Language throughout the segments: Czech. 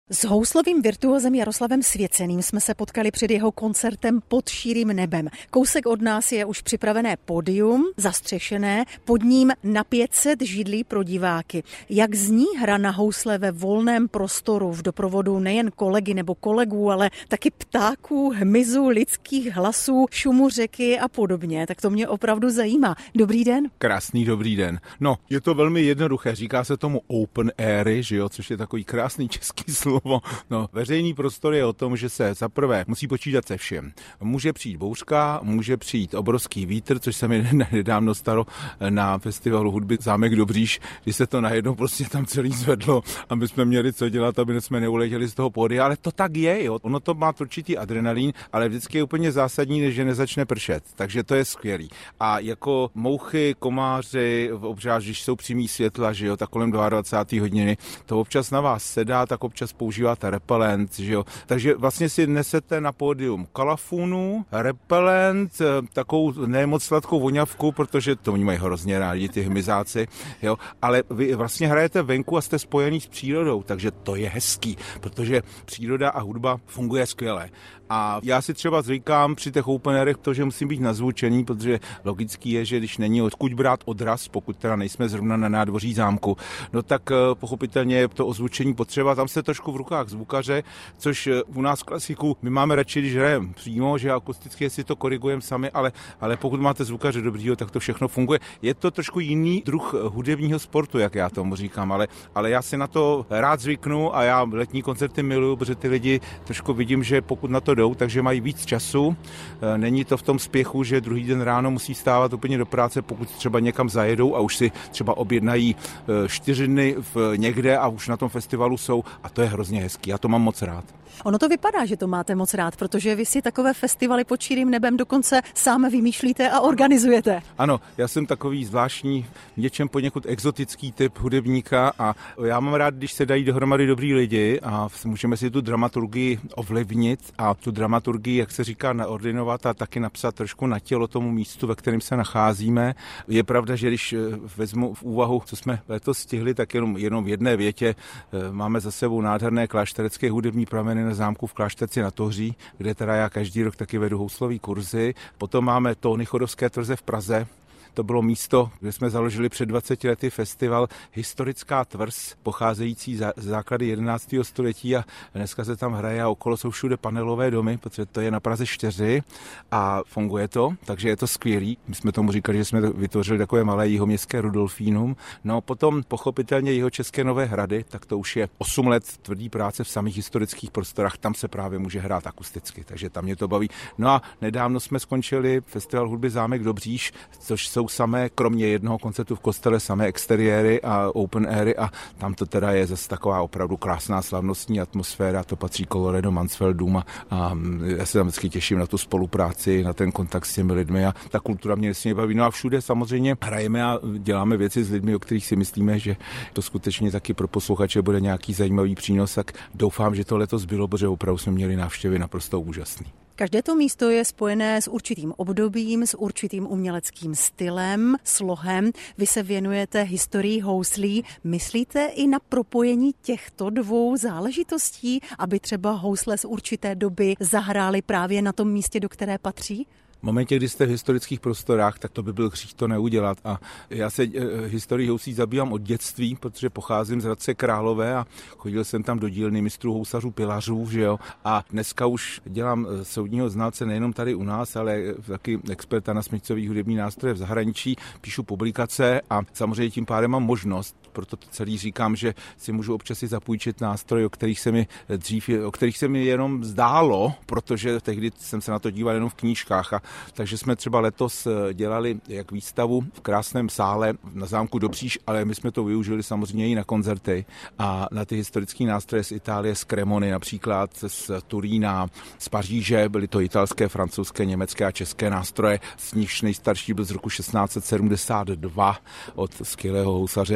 S houslovým virtuózem Jaroslavem Svěceným jsme se potkali před jeho koncertem Pod širým nebem. Kousek od nás je už připravené pódium, zastřešené, pod ním na 500 židlí pro diváky. Jak zní hra na housle ve volném prostoru v doprovodu nejen kolegy nebo kolegů, ale taky ptáků, hmyzu, lidských hlasů, šumu řeky a podobně, tak to mě opravdu zajímá. Dobrý den. Krásný dobrý den. No, je to velmi jednoduché, říká se tomu open airy, že jo, což je takový krásný český slovo. No, veřejný prostor je o tom, že se zaprvé musí počítat se všem. Může přijít bouřka, může přijít obrovský vítr, což se mi nedávno stalo na festivalu hudby Zámek Dobříš, kdy se to najednou prostě tam celý zvedlo a my jsme měli co dělat, aby jsme neuletěli z toho pódia, ale to tak je, jo. Ono to má určitý adrenalín, ale vždycky je úplně zásadní, než že nezačne pršet, takže to je skvělý. A jako mouchy, komáři, obžáž, když jsou přímý světla, že jo, tak kolem 22. hodiny, to občas na vás sedá, tak občas používáte repelent, že jo. Takže vlastně si nesete na pódium kalafunu, repelent, takovou nemoc sladkou voňavku, protože to oni mají hrozně rádi, ty hmyzáci, jo. Ale vy vlastně hrajete venku a jste spojený s přírodou, takže to je hezký, protože příroda a hudba funguje skvěle. A já si třeba zvykám při těch open airech to, že musím být nazvučený, protože logický je, že když není odkud brát odraz, pokud teda nejsme zrovna na nádvoří zámku, no tak pochopitelně je to ozvučení potřeba. Tam se trošku v rukách zvukaře, což u nás v klasiku my máme radši, když hrajeme přímo, že akusticky si to korigujeme sami, ale pokud máte zvukaře dobrýho, tak to všechno funguje. Je to trošku jiný druh hudebního sportu, jak já tomu říkám, ale já si na to rád zvyknu a já letní koncerty miluju, protože ty lidi trošku vidím, že pokud na to jdou, takže mají víc času. Není to v tom spěchu, že druhý den ráno musí stávat úplně do práce, pokud třeba někam zajedou a už si třeba objednají 4 dny někde a už na tom festivalu jsou a to je hrozně hezký. Já to mám moc rád. Ono to vypadá, že to máte moc rád, protože vy si takové festivaly pod širým nebem dokonce sám vymýšlíte a organizujete. Ano, já jsem takový zvláštní, něčem poněkud exotický typ hudebníka a já mám rád, když se dají dohromady dobrý lidi a můžeme si tu dramaturgii ovlivnit a tu dramaturgii, jak se říká, naordinovat a taky napsat trošku na tělo tomu místu, ve kterém se nacházíme. Je pravda, že když vezmu v úvahu, co jsme letos stihli, tak jenom v jedné větě máme za sebou nádherné klášterecké hudební prameny na zámku v Klášterci nad Ohří, kde teda já každý rok taky vedu houslový kurzy. Potom máme Tóny Chodovské tvrze v Praze. To bylo místo, kde jsme založili před 20 lety festival Historická tvrz, pocházející z základy 11. století a dneska se tam hraje a okolo jsou všude panelové domy, protože to je na Praze 4 a funguje to, takže je to skvělý. My jsme tomu říkali, že jsme vytvořili takové malé jihoměstské Rudolfínum. No potom pochopitelně Jihočeské Nové Hrady, tak to už je 8 let tvrdý práce v samých historických prostorách, tam se právě může hrát akusticky, takže tam mě to baví. No a nedávno jsme skončili festival hudby Zámek Dobříš, což jsou samé, kromě jednoho koncertu v kostele, samé exteriéry a open airy a tam to teda je zase taková opravdu krásná slavnostní atmosféra, to patří Colorado Mansfeldům a já se tam vždycky těším na tu spolupráci, na ten kontakt s těmi lidmi a ta kultura mě nesmírně baví. No a všude samozřejmě hrajeme a děláme věci s lidmi, o kterých si myslíme, že to skutečně taky pro posluchače bude nějaký zajímavý přínos, tak doufám, že to letos bylo, protože opravdu jsme měli návštěvy naprosto úžasný. Každé to místo je spojené s určitým obdobím, s určitým uměleckým stylem, slohem. Vy se věnujete historii houslí. Myslíte i na propojení těchto dvou záležitostí, aby třeba housle z určité doby zahrály právě na tom místě, do které patří? V momentě, kdy jste v historických prostorách, tak to by byl hřích to neudělat. A já se historií houslí zabývám od dětství, protože pocházím z Hradce Králové a chodil jsem tam do dílny mistrů housařů Pilařů, že jo. A dneska už dělám soudního znalce nejenom tady u nás, ale taky experta na smyčcový hudební nástroje v zahraničí, píšu publikace a samozřejmě tím pádem mám možnost, proto to celý říkám, že si můžu občas si zapůjčit nástroje, o kterých se mi jenom zdálo, protože tehdy jsem se na to díval jenom v knížkách a takže jsme třeba letos dělali jak výstavu v krásném sále na zámku Dobříš, ale my jsme to využili samozřejmě i na koncerty a na ty historické nástroje z Itálie, z Cremony například, z Turína, z Paříže, byly to italské, francouzské, německé a české nástroje, z nichž nejstarší byl z roku 1672 od skvělého housaře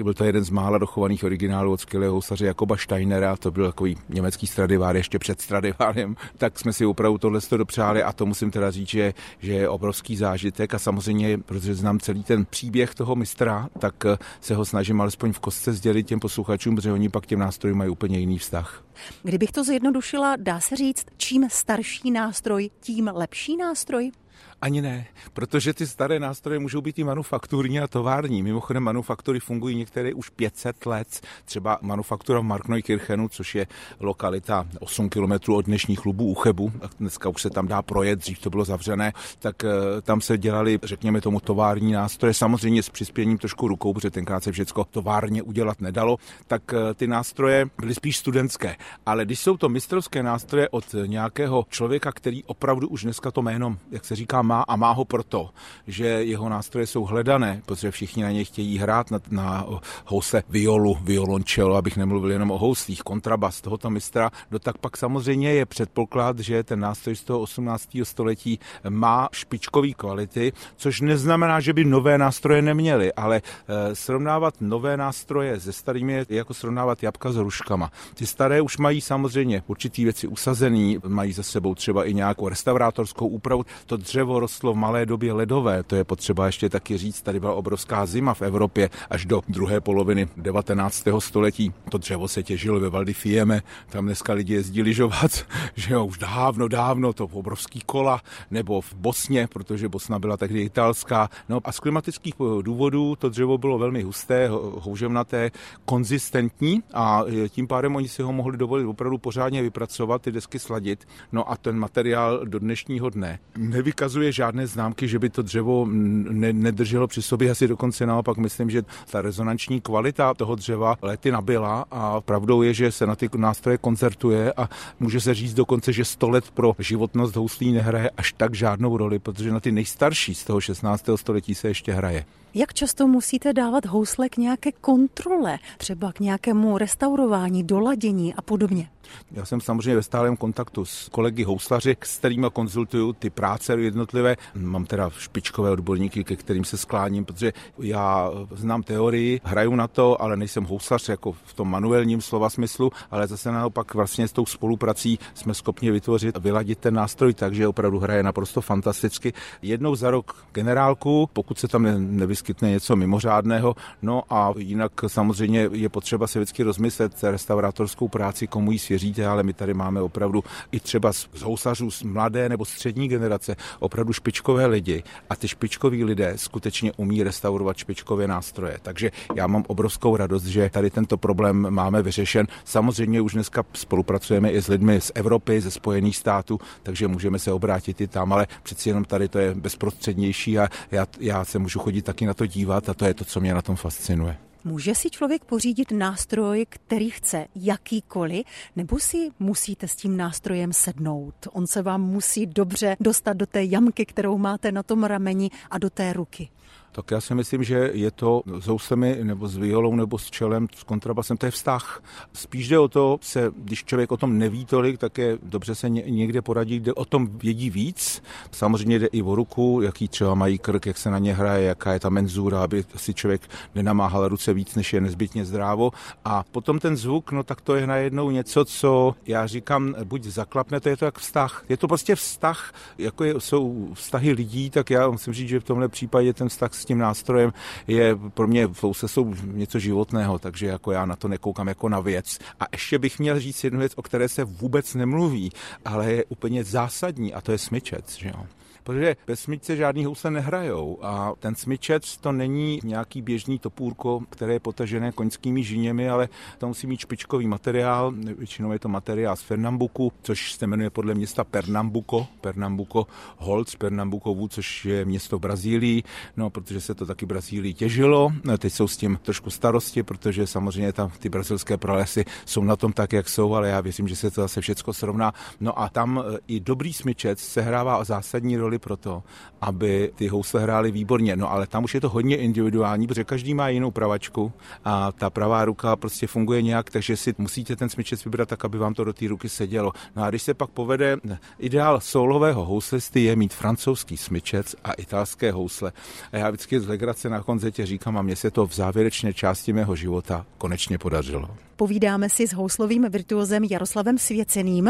Byl to jeden z mála dochovaných originálů od skvělého houslaře Jakoba Steinera, to byl takový německý Stradivarius ještě před Stradiváriem, tak jsme si opravdu tohle dopřáli a to musím teda říct, že je obrovský zážitek a samozřejmě, protože znám celý ten příběh toho mistra, tak se ho snažím alespoň v kostce sdělit těm posluchačům, protože oni pak těm nástrojům mají úplně jiný vztah. Kdybych to zjednodušila, dá se říct, čím starší nástroj, tím lepší nástroj? Ani ne, protože ty staré nástroje můžou být i manufakturní a tovární. Mimochodem manufaktury fungují některé už 500 let. Třeba manufaktura v Markneukirchenu, což je lokalita 8 kilometrů od dnešních Lubů u Chebu. Dneska už se tam dá projet, dřív to bylo zavřené, tak tam se dělali, řekněme tomu, tovární nástroje. Samozřejmě s přispěním trošku rukou, protože tenkrát se všechno továrně udělat nedalo, tak ty nástroje byly spíš studentské. Ale když jsou to mistrovské nástroje od nějakého člověka, který opravdu už dneska to jméno, jak se říká, má a má ho proto, že jeho nástroje jsou hledané, protože všichni na něj chtějí hrát na housle violu, violoncello, abych nemluvil jenom o houslích, kontrabas tohoto mistra, tak pak samozřejmě je předpoklad, že ten nástroj z toho 18. století má špičkový kvality, což neznamená, že by nové nástroje neměly, ale srovnávat nové nástroje se starými je jako srovnávat jablka s hruškama. Ty staré už mají samozřejmě určitý věci usazený, mají za sebou třeba i nějakou restaurátorskou úpravu. To dřevo rostlo v malé době ledové, to je potřeba ještě taky říct, tady byla obrovská zima v Evropě až do druhé poloviny 19. století. To dřevo se těžilo ve Val di Fiemme, tam dneska lidi jezdí lyžovat, že jo, už dávno, to obrovský kola, nebo v Bosně, protože Bosna byla tehdy italská. No a z klimatických důvodů to dřevo bylo velmi husté, houževnaté, konzistentní a tím pádem oni si ho mohli dovolit opravdu pořádně vypracovat, ty desky sladit. No a ten materiál do dnešního dne nevykazuje žádné známky, že by to dřevo nedrželo při sobě, asi dokonce naopak myslím, že ta rezonanční kvalita toho dřeva lety nabyla a pravdou je, že se na ty nástroje koncertuje a může se říct dokonce, že 100 let pro životnost houslí nehraje až tak žádnou roli, protože na ty nejstarší z toho 16. století se ještě hraje. Jak často musíte dávat housle k nějaké kontrole, třeba k nějakému restaurování, doladění a podobně? Já jsem samozřejmě ve stálém kontaktu s kolegy houslaři, s kterými konzultuju ty práce jednotlivé. Mám teda špičkové odborníky, ke kterým se skláním, protože já znám teorii, hraju na to, ale nejsem houslař jako v tom manuálním slova smyslu, ale zase naopak vlastně s tou spoluprací jsme schopni vytvořit a vyladit ten nástroj tak, že opravdu hraje naprosto fantasticky. Jednou za rok generálku, pokud se tam nevyskytne něco mimořádného, no a jinak samozřejmě je potřeba se vždycky rozmyslet restaurátorskou práci, komu jí svěříte, ale my tady máme opravdu i třeba z houslařů z mladé nebo střední generace opravdu špičkové lidi a ty špičkoví lidé skutečně umí restaurovat špičkové nástroje. Takže já mám obrovskou radost, že tady tento problém máme vyřešen. Samozřejmě už dneska spolupracujeme i s lidmi z Evropy, ze Spojených států, takže můžeme se obrátit i tam, ale přeci jenom tady to je bezprostřednější a já se můžu chodit taky na to dívat a to je to, co mě na tom fascinuje. Může si člověk pořídit nástroj, který chce jakýkoliv, nebo si musíte s tím nástrojem sednout? On se vám musí dobře dostat do té jamky, kterou máte na tom rameni a do té ruky. Tak já si myslím, že je to s houslemi nebo s violou nebo s čelem, s kontrabasem, to je vztah. Spíš jde o to, když člověk o tom neví tolik, tak je dobře se někde poradit, kde o tom vědí víc. Samozřejmě jde i o ruku, jaký třeba mají krk, jak se na ně hraje, jaká je ta menzura, aby si člověk nenamáhal ruce víc, než je nezbytně zdrávo. A potom ten zvuk, no tak to je najednou něco, co já říkám, buď zaklapne, to je to jak vztah. Je to prostě vztah, jako jsou vztahy lidí, tak já musím říct, že v tomhle případě ten vztah s tím nástrojem je pro mě jsou něco životného, takže jako já na to nekoukám jako na věc. A ještě bych měl říct jednu věc, o které se vůbec nemluví, ale je úplně zásadní a to je smyčec, že jo. Protože bez smyčce žádný housle nehrajou a ten smyčec to není nějaký běžný topůrko, které je potažené koňskými žíněmi, ale to musí mít špičkový materiál, většinou je to materiál z Pernambuku, což se jmenuje podle města Pernambuco Holz, Pernambuco Wood, což je město v Brazílii, no protože se to taky v Brazílii těžilo, teď jsou s tím trošku starosti, protože samozřejmě tam ty brazilské pralesy jsou na tom tak, jak jsou, ale já věřím, že se to zase všecko srovná. No a tam i dobrý smyčec sehrává zásadní roli udělali proto, aby ty housle hrály výborně. No ale tam už je to hodně individuální, protože každý má jinou pravačku a ta pravá ruka prostě funguje nějak, takže si musíte ten smyčec vybrat tak, aby vám to do té ruky sedělo. No a když se pak povede, ideál sólového houslisty je mít francouzský smyčec a italské housle. A já vždycky z legrace na koncertě říkám, a mně se to v závěrečné části mého života konečně podařilo. Povídáme si s houslovým virtuózem Jaroslavem Svěceným.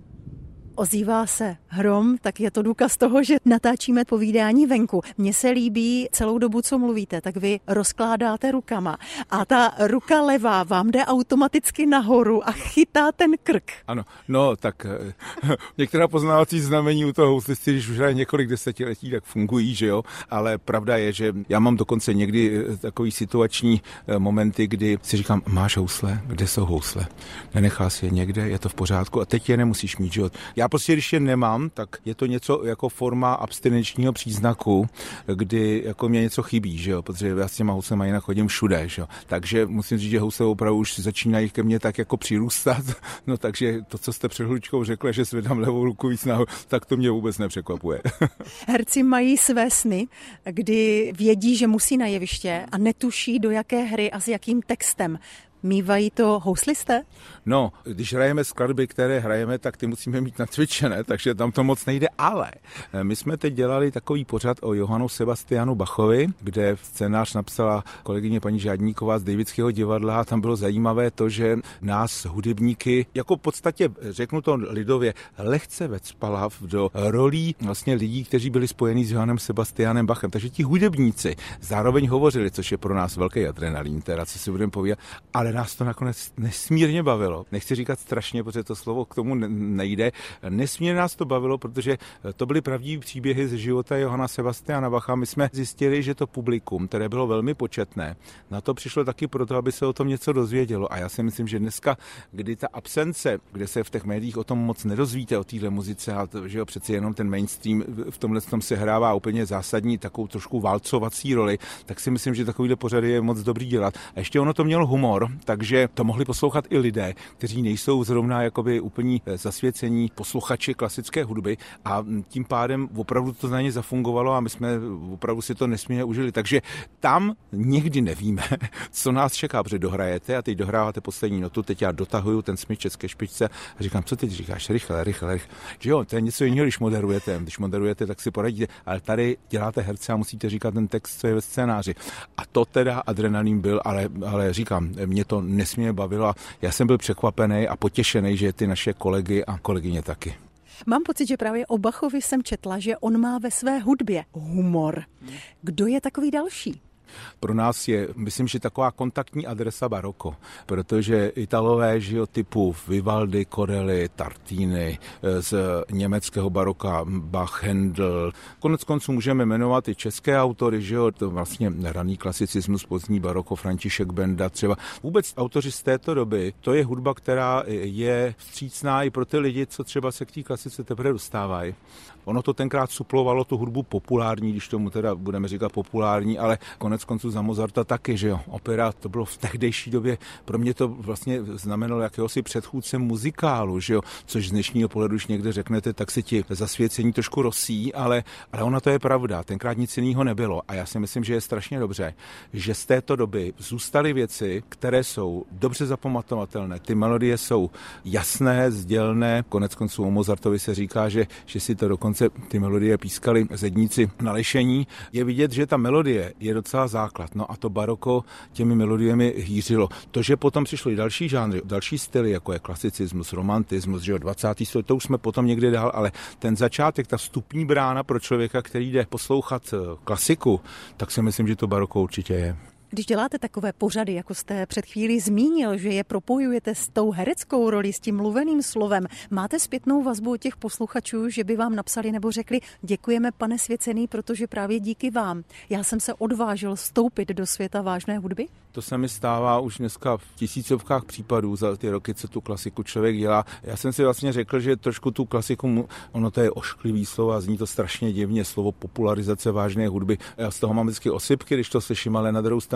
Ozývá se hrom, tak je to důkaz toho, že natáčíme povídání venku. Mně se líbí celou dobu, co mluvíte, tak vy rozkládáte rukama a ta ruka levá vám jde automaticky nahoru a chytá ten krk. Ano, no tak některá poznávací znamení u toho houslisty, když už hraje několik desetiletí, tak fungují, že jo, ale pravda je, že já mám dokonce někdy takový situační momenty, kdy si říkám, máš housle? Kde jsou housle? Nenechá si je někde, je to v pořádku a teď je nemusíš mít, že jo. Já prostě, když je nemám, tak je to něco jako forma abstinenčního příznaku, kdy jako mě něco chybí, že jo, protože já s těma houslema jinak chodím všude, že jo. Takže musím říct, že housle opravdu už začínají ke mně tak jako přirůstat, no takže to, co jste před chvíličkou řekla, že zvedám levou ruku víc nahoru, tak to mě vůbec nepřekvapuje. Herci mají své sny, kdy vědí, že musí na jeviště a netuší, do jaké hry a s jakým textem. Mívají to houslisté? No, když hrajeme skladby, které hrajeme, tak ty musíme mít nacvičené, takže tam to moc nejde, ale my jsme teď dělali takový pořad o Johannu Sebastianu Bachovi, kde scénář napsala kolegyně paní Žádníková z Davidského divadla a tam bylo zajímavé to, že nás hudebníky, jako v podstatě, řeknu to lidově, lehce vecpala do rolí vlastně lidí, kteří byli spojení s Johannem Sebastianem Bachem. Takže ti hudebníci zároveň hovořili, což je pro nás velký adrenalin, teda co si budeme povídat, ale nás to nakonec nesmírně bavilo. Nechci říkat strašně, protože to slovo k tomu nejde. Nesmírně nás to bavilo, protože to byly pravdivé příběhy ze života Johanna Sebastiana Bacha. My jsme zjistili, že to publikum, které bylo velmi početné, na to přišlo taky proto, aby se o tom něco dozvědělo. A já si myslím, že dneska, kdy ta absence, kde se v těch médiích o tom moc nedozvíte, o téhle muzice, a to, že jo, přeci jenom ten mainstream v tomhle tom se hrává úplně zásadní takovou trošku válcovací roli, tak si myslím, že takovýhle pořady je moc dobrý dělat. A ještě ono to mělo humor, takže to mohli poslouchat i lidé, kteří nejsou zrovna jakoby úplně zasvěcení posluchači klasické hudby a tím pádem opravdu to na ně zafungovalo a my jsme opravdu si to nesmírně užili. Takže tam někdy nevíme, co nás čeká, protože dohrajete a teď dohráváte poslední notu, teď já dotahuju ten smyčec ke špičce a říkám, co teď říkáš, rychle. Že jo, to je něco jiného, když moderujete. Když moderujete, tak si poradíte, ale tady děláte herce a musíte říkat ten text, co je ve scénáři. A to teda adrenalin byl, ale říkám, mě to nesmírně bavilo a já jsem byl překvapený a potěšený, že ty naše kolegy a kolegyně taky. Mám pocit, že právě o Bachovi jsem četla, že on má ve své hudbě humor. Kdo je takový další? Pro nás je, myslím, že taková kontaktní adresa baroko, protože Italové, že jo, typu Vivaldi, Corelli, Tartini, z německého baroka Bach, Händel. Konec konců můžeme jmenovat i české autory, že jo, to vlastně raný klasicismus, pozdní baroko, František Benda třeba. Vůbec autoři z této doby, to je hudba, která je vstřícná i pro ty lidi, co třeba se k té klasice teprve dostávají. Ono to tenkrát suplovalo tu hudbu populární, když tomu teda budeme říkat populární, ale konec konců za Mozarta taky, že jo. Opera, to bylo v tehdejší době, pro mě to vlastně znamenalo jakéhosi předchůdce muzikálu, že jo, což z dnešního pohledu, když někde řeknete, tak si ti zasvěcení trošku rosí, ale ona to je pravda, tenkrát nic jiného nebylo a já si myslím, že je strašně dobře, že z této doby zůstaly věci, které jsou dobře zapamatovatelné, ty melodie jsou jasné, sdělné, konec konců o Mozartovi se říká, že si to dokonce ty melodie pískali zedníci na lešení. Je vidět, že ta melodie je docela základ. No a to baroko těmi melodiemi hýřilo. To, že potom přišly i další žánry, další styly, jako je klasicismus, romantismus, že jo, 20. století, to už jsme potom někde dál, ale ten začátek, ta vstupní brána pro člověka, který jde poslouchat klasiku, tak si myslím, že to baroko určitě je. Když děláte takové pořady, jako jste před chvílí zmínil, že je propojujete s tou hereckou roli, s tím mluveným slovem, máte zpětnou vazbu od těch posluchačů, že by vám napsali nebo řekli, děkujeme, pane Svěcený, protože právě díky vám já jsem se odvážil vstoupit do světa vážné hudby? To se mi stává už dneska v tisícovkách případů za ty roky, co tu klasiku člověk dělá. Já jsem si vlastně řekl, že trošku tu klasiku, ono to je ošklivý slovo a zní to strašně divně, slovo popularizace vážné hudby. Já z toho mám vždycky osypky, když to slyším, ale na druhou stranu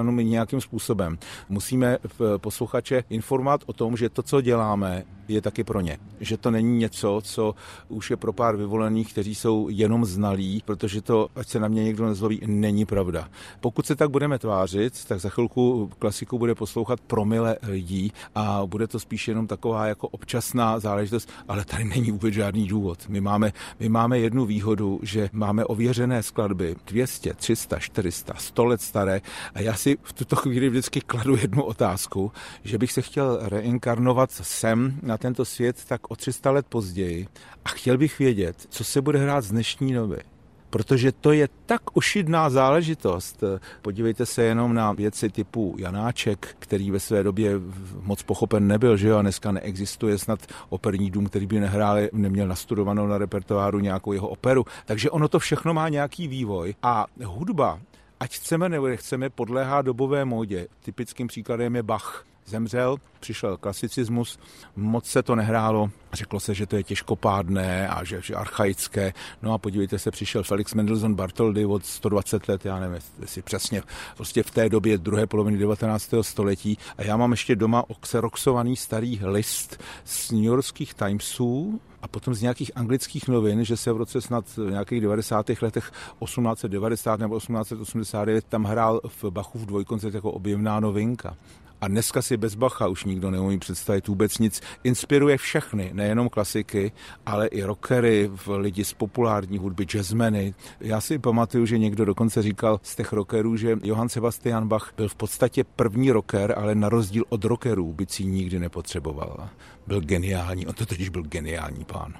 jenom nějakým způsobem. Musíme posluchače informovat o tom, že to, co děláme, je taky pro ně. Že to není něco, co už je pro pár vyvolených, kteří jsou jenom znalí, protože to, ať se na mě někdo nezlobí, není pravda. Pokud se tak budeme tvářit, tak za chvilku klasiku bude poslouchat promile lidí a bude to spíš jenom taková jako občasná záležitost, ale tady není vůbec žádný důvod. My máme jednu výhodu, že máme ověřené skladby 200, 300, 400, 100 let staré a já si v tuto chvíli vždycky kladu jednu otázku, že bych se chtěl reinkarnovat sem na tento svět tak o 300 let později a chtěl bych vědět, co se bude hrát z dnešní doby. Protože to je tak ošidná záležitost. Podívejte se jenom na věci typu Janáček, který ve své době moc pochopen nebyl, že jo, a dneska neexistuje snad operní dům, který by neměl nastudovanou na repertoáru nějakou jeho operu. Takže ono to všechno má nějaký vývoj a hudba, ať chceme nebo nechceme, podléhá dobové módě. Typickým příkladem je Bach. Zemřel, přišel klasicismus, moc se to nehrálo, řeklo se, že to je těžkopádné a že archaické. No a podívejte se, přišel Felix Mendelssohn Bartholdy od 120 let, já nevím, jestli přesně, prostě v té době druhé poloviny 19. století. A já mám ještě doma oxeroxovaný starý list z New Yorkských Timesů a potom z nějakých anglických novin, že se v roce snad v nějakých 90. letech 1890 nebo 1889 tam hrál v Bachův dvojkoncert jako objevná novinka. A dneska si bez Bacha už nikdo neumí představit vůbec nic. Inspiruje všechny, nejenom klasiky, ale i rockery, lidi z populární hudby, jazzmeny. Já si pamatuju, že někdo dokonce říkal z těch rockerů, že Johann Sebastian Bach byl v podstatě první rocker, ale na rozdíl od rockerů bicí nikdy nepotřeboval. Byl geniální, on to totiž byl geniální pán.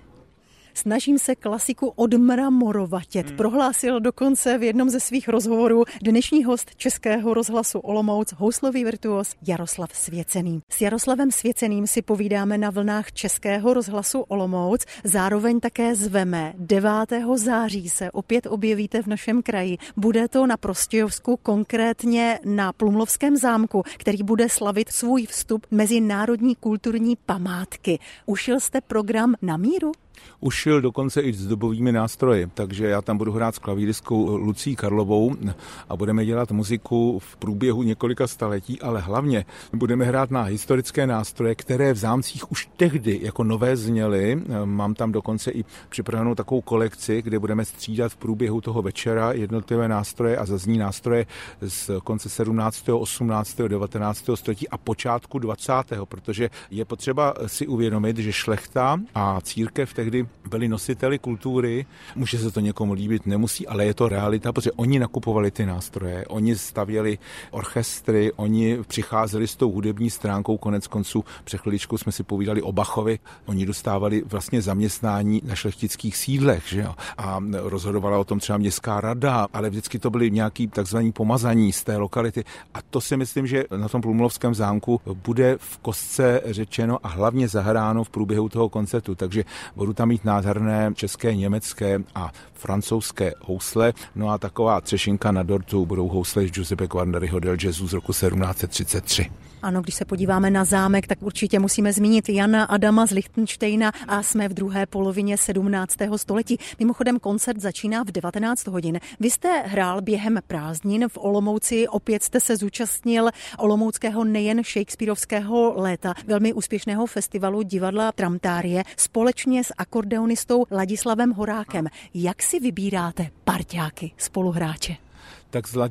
Snažím se klasiku odmramorovatět, prohlásil dokonce v jednom ze svých rozhovorů dnešní host Českého rozhlasu Olomouc, houslový virtuos Jaroslav Svěcený. S Jaroslavem Svěceným si povídáme na vlnách Českého rozhlasu Olomouc, zároveň také zveme 9. září se opět objevíte v našem kraji. Bude to na Prostějovsku, konkrétně na Plumlovském zámku, který bude slavit svůj vstup mezi národní kulturní památky. Ušil jste program na míru? Ušil dokonce i s dobovými nástroji, takže já tam budu hrát s klavíristkou Lucí Karlovou a budeme dělat muziku v průběhu několika staletí, ale hlavně budeme hrát na historické nástroje, které v zámcích už tehdy jako nové zněly. Mám tam dokonce i připravenou takovou kolekci, kde budeme střídat v průběhu toho večera jednotlivé nástroje a zazní nástroje z konce 17., 18., 19. století a počátku 20., protože je potřeba si uvědomit, že šlechta a církev tehdy byli nositeli kultury, může se to někomu líbit, nemusí, ale je to realita, protože oni nakupovali ty nástroje, oni stavěli orchestry, oni přicházeli s tou hudební stránkou, konec konců před chviličkou jsme si povídali o Bachovi, oni dostávali vlastně zaměstnání na šlechtických sídlech, že jo? A rozhodovala o tom třeba městská rada, ale vždycky to byli nějaký takzvaní pomazaní z té lokality a to si myslím, že na tom Plumlovském zámku bude v kostce řečeno a hlavně zahráno v průběhu toho koncertu, takže budu tam mít nádherné české, německé a francouzské housle. No a taková třešinka na dortu budou housle z Giuseppe Guarneriho del Jazzu z roku 1733. Ano, když se podíváme na zámek, tak určitě musíme zmínit Jana Adama z Lichtenštejna a jsme v druhé polovině 17. století. Mimochodem koncert začíná v 19 hodin. Vy jste hrál během prázdnin v Olomouci, opět jste se zúčastnil olomouckého nejen shakespearovského léta, velmi úspěšného festivalu divadla Tramtárie společně s akordeonistou Ladislavem Horákem. Jak si vybíráte parťáky, spoluhráče? Tak s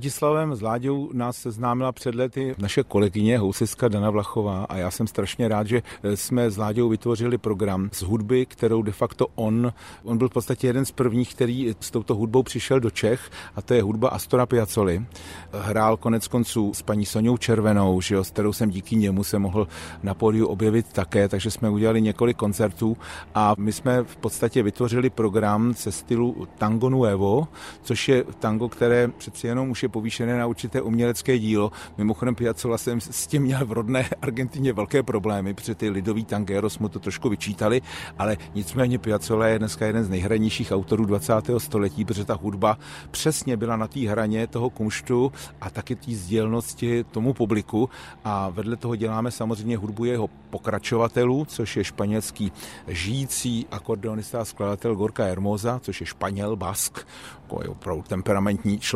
Láďou nás seznámila před lety naše kolegyně houslistka Dana Vlachová a já jsem strašně rád, že jsme s Láďou vytvořili program z hudby, kterou de facto on byl v podstatě jeden z prvních, který s touto hudbou přišel do Čech a to je hudba Astora Piazzoli. Hrál konec konců s paní Soňou Červenou, že jo, s kterou jsem díky němu se mohl na pódiu objevit také, takže jsme udělali několik koncertů a my jsme v podstatě vytvořili program ze stylu Tango Nuevo, což je tango, které přeci jenom už je povýšené na určité umělecké dílo. Mimochodem Piazzolla jsem s tím měl v rodné Argentině velké problémy, protože ty lidový tangeros mu to trošku vyčítali, ale nicméně Piazzolla je dneska jeden z nejhranějších autorů 20. století, protože ta hudba přesně byla na té hraně toho kumštu a taky té sdělnosti tomu publiku a vedle toho děláme samozřejmě hudbu jeho pokračovatelů, což je španělský žijící akordeonista a skladatel Gorka Hermosa, což je Španěl, Bask, je opravdu temperamentní člověk.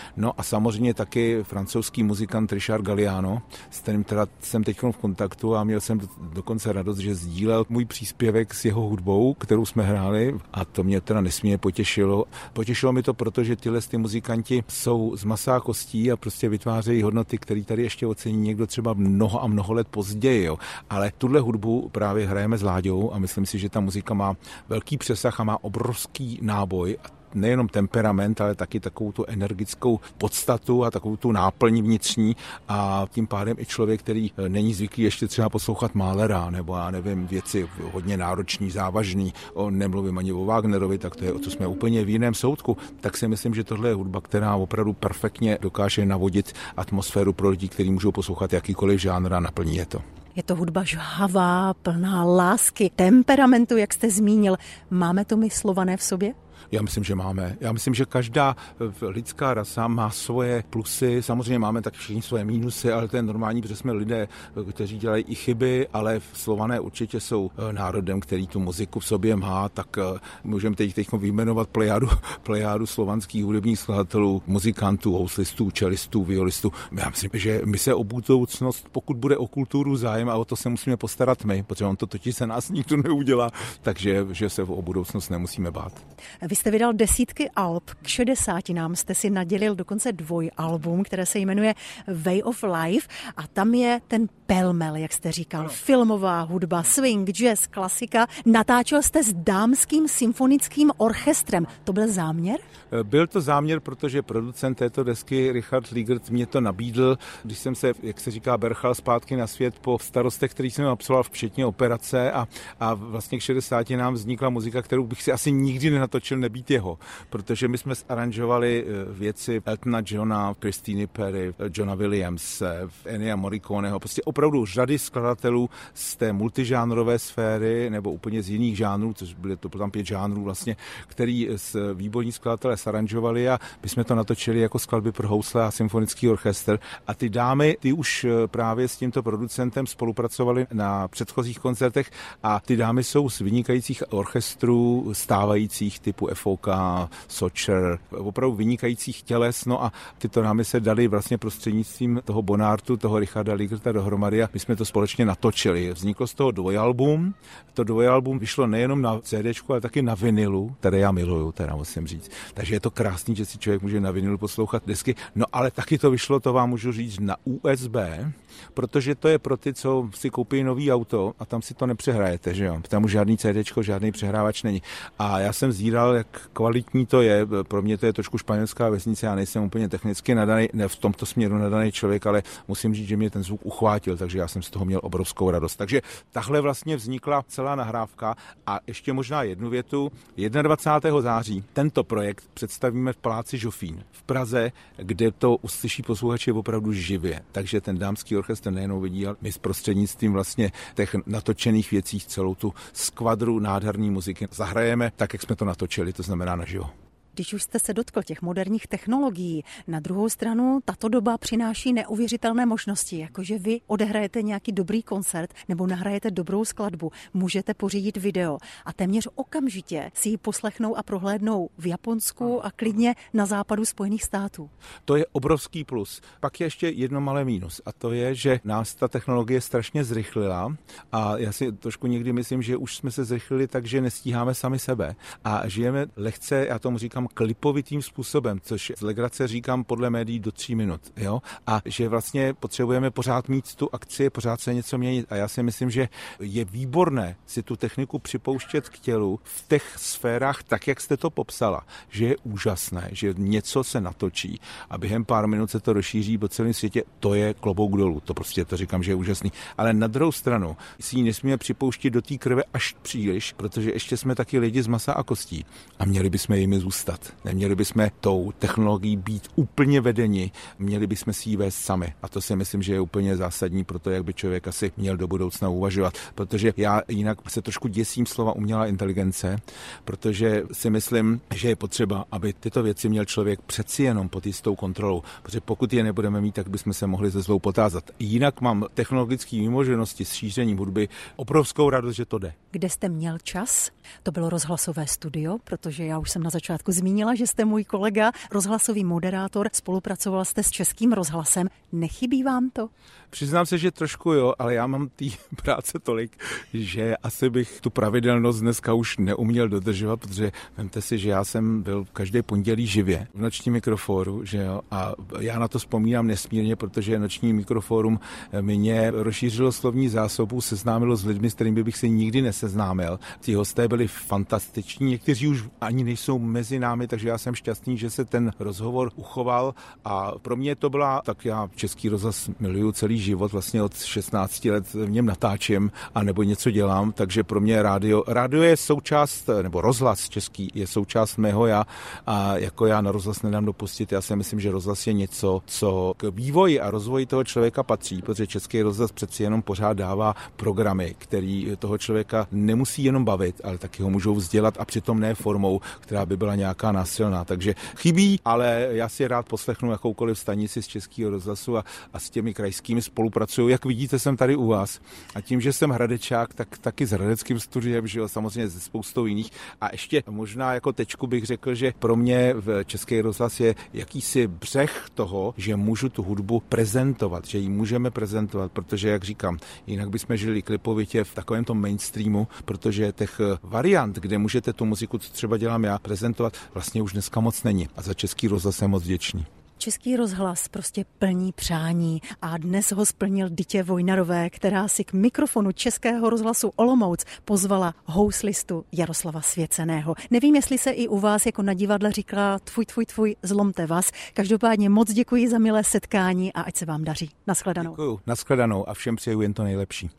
No a samozřejmě taky francouzský muzikant Richard Galliano, s kterým teda jsem teď v kontaktu a měl jsem dokonce radost, že sdílel můj příspěvek s jeho hudbou, kterou jsme hráli, a to mě teda nesmírně potěšilo. Potěšilo mi to, protože tyhle muzikanti jsou z masa a kostí a prostě vytvářejí hodnoty, které tady ještě ocení někdo třeba mnoho a mnoho let později. Jo. Ale tuhle hudbu právě hrajeme s Láďou a myslím si, že ta muzika má velký přesah a má obrovský náboj. Nejenom temperament, ale taky takovou tu energickou podstatu a takovou tu náplň vnitřní a tím pádem i člověk, který není zvyklý ještě třeba poslouchat Mahlera nebo já nevím, věci hodně náročný, závažný, nemluvím ani o Wagnerovi, tak to je, co jsme úplně v jiném soudku, tak si myslím, že tohle je hudba, která opravdu perfektně dokáže navodit atmosféru pro lidi, kteří můžou poslouchat jakýkoliv žánr a naplní je to. Je to hudba žhavá, plná lásky, temperamentu, jak jste zmínil. Máme to my Slované v sobě? Já myslím, že máme. Já myslím, že každá lidská rasa má svoje plusy. Samozřejmě máme tak všichni svoje mínusy, ale to je normální, protože jsme lidé, kteří dělají i chyby, ale Slované určitě jsou národem, který tu muziku v sobě má, tak můžeme teď vyjmenovat plejádu slovanských hudebních skladatelů, muzikantů, houslistů, čelistů, violistů. Já myslím, že my se o budoucnost, pokud bude o kulturu zájem, a o to se musíme postarat my, protože on to totiž se nás nikdo neudělá, takže že se o budoucnost nemusíme bát. Vy jste vydal desítky alb, k 60 jste si nadělil dokonce dvojalbum, které se jmenuje Way of Life a tam je ten pelmel, jak jste říkal, filmová hudba, swing, jazz, klasika. Natáčel jste s dámským symfonickým orchestrem. To byl záměr? Byl to záměr, protože producent této desky Richard Liegert mě to nabídl, když jsem se, jak se říká, berchal zpátky na svět po starostech, který jsem absolvoval včetně operace a vlastně k 60 nám vznikla muzika, kterou bych si asi nikdy nenatočil nebýt jeho, protože my jsme aranžovali věci Eltona Johna, Christiny Perry, Johna Williamse, Ennia Morriconeho, prostě opravdu řady skladatelů z té multižánrové sféry nebo úplně z jiných žánrů, což bylo to tam 5 žánrů vlastně, který s výborní skladatelé aranžovali a my jsme to natočili jako skladby pro housle a symfonický orchestr a ty dámy, ty už právě s tímto producentem spolupracovali na předchozích koncertech a ty dámy jsou z vynikajících orchestrů stávajících typu FOK, Socher, opravdu vynikajících těles, no a tyto dámy se dali vlastně prostřednictvím toho Bonartu, toho Richarda Liegerta dohromady a my jsme to společně natočili. Vzniklo z toho dvojalbum. To dvojalbum vyšlo nejenom na CDčku, ale taky na vinilu, které já miluju, teda musím říct. Takže je to krásný, že si člověk může na vinilu poslouchat desky. No ale taky to vyšlo, to vám můžu říct, na USB, protože to je pro ty, co si koupí nový auto a tam si to nepřehrajete, že jo. Tam už žádný CDčko, žádný přehrávač není. A já jsem zíral, jak kvalitní to je. Pro mě to je trošku španělská vesnice, já nejsem úplně technicky nadaný, ne v tomto směru nadaný člověk, ale musím říct, že mě ten zvuk uchvátil, takže já jsem z toho měl obrovskou radost. Takže tahle vlastně vznikla celá nahrávka a ještě možná jednu větu. 21. září tento projekt představíme v Paláci Žofín v Praze, kde to uslyší posluchači opravdu živě. Takže ten dámský orchestr nejenom vidí, ale my s prostřednictvím vlastně těch natočených věcí celou tu skvadru nádherné muziky zahrajeme tak, jak jsme to natočili, to znamená naživo. Když už jste se dotkl těch moderních technologií, na druhou stranu tato doba přináší neuvěřitelné možnosti, jakože vy odehrajete nějaký dobrý koncert nebo nahrajete dobrou skladbu, můžete pořídit video a téměř okamžitě si ji poslechnou a prohlédnou v Japonsku a klidně na západu Spojených států. To je obrovský plus. Pak je ještě jedno malé mínus a to je, že nás ta technologie strašně zrychlila a já si trošku někdy myslím, že už jsme se zrychlili tak, že nestíháme sami sebe a žijeme lehce, já tomu říkám, klipovitým způsobem, což z legrace říkám podle médií do 3 minut, jo? A že vlastně potřebujeme pořád mít tu akci, pořád se něco měnit. A já si myslím, že je výborné si tu techniku připouštět k tělu v těch sférách, tak jak jste to popsala, že je úžasné, že něco se natočí a během pár minut se to rozšíří po celém světě, to je klobouk dolů. To prostě to říkám, že je úžasný. Ale na druhou stranu si ji nesmíme připouštět do té krve až příliš, protože ještě jsme taky lidi z masa a kostí a měli bychom jimi zůstat. Neměli bychom tou technologií být úplně vedeni, měli bychom si ji vést sami. A to si myslím, že je úplně zásadní pro to, jak by člověk asi měl do budoucna uvažovat. Protože já jinak se trošku děsím slova umělá inteligence, protože si myslím, že je potřeba, aby tyto věci měl člověk přeci jenom pod jistou kontrolou. Protože pokud je nebudeme mít, tak bychom se mohli ze zlou potázat. Jinak mám technologické výmoženosti s šířením hudby obrovskou radost, že to jde. Kde jste měl čas? To bylo rozhlasové studio, protože já už jsem na začátku zmínila zmínila, že jste můj kolega, rozhlasový moderátor, spolupracoval jste s Českým rozhlasem. Nechybí vám to? Přiznám se, že trošku jo, ale já mám té práce tolik, že asi bych tu pravidelnost dneska už neuměl dodržovat, protože vemte si, že já jsem byl každé pondělí živě v Nočním mikrofóru, že jo, a já na to vzpomínám nesmírně, protože Noční mikrofórum mě rozšířilo slovní zásobu, seznámilo s lidmi, s kterými bych se nikdy neseznámil. Ti hosté byli fantastiční, někteří už ani nejsou mezi námi, takže já jsem šťastný, že se ten rozhovor uchoval a pro mě to byla, tak já Český rozhlas miluju celý život, vlastně od 16 let v něm natáčím a nebo něco dělám, takže pro mě rádio je součást, nebo rozhlas český je součást mého já a jako já na rozhlas nedám dopustit. Já si myslím, že rozhlas je něco, co k vývoji a rozvoji toho člověka patří, protože Český rozhlas přeci jenom pořád dává programy, který toho člověka nemusí jenom bavit, ale taky ho můžou vzdělat a přitom ne formou, která by byla nějaká násilná. Takže chybí, ale já si rád poslechnu jakoukoliv stanici z Českého rozhlasu a s těmi krajskými spolupracuju. Jak vidíte, jsem tady u vás. A tím, že jsem Hradečák, tak taky s hradeckým studiem, že jo, samozřejmě se spoustou jiných. A ještě možná jako tečku bych řekl, že pro mě v Český rozhlas je jakýsi břeh toho, že můžu tu hudbu prezentovat, že ji můžeme prezentovat, protože, jak říkám, jinak bychom žili klipovitě v takovém tom mainstreamu, protože těch variant, kde můžete tu muziku, co třeba dělám já, prezentovat, vlastně už dneska moc není. A za Český rozhlas jsem moc vděčný. Český rozhlas prostě plní přání a dnes ho splnil Dytě Vojnarové, která si k mikrofonu Českého rozhlasu Olomouc pozvala houslistu Jaroslava Svěceného. Nevím, jestli se i u vás jako na divadle říká tvůj, zlomte vás. Každopádně moc děkuji za milé setkání a ať se vám daří. Naschledanou. Děkuju. Naschledanou a všem přeju jen to nejlepší.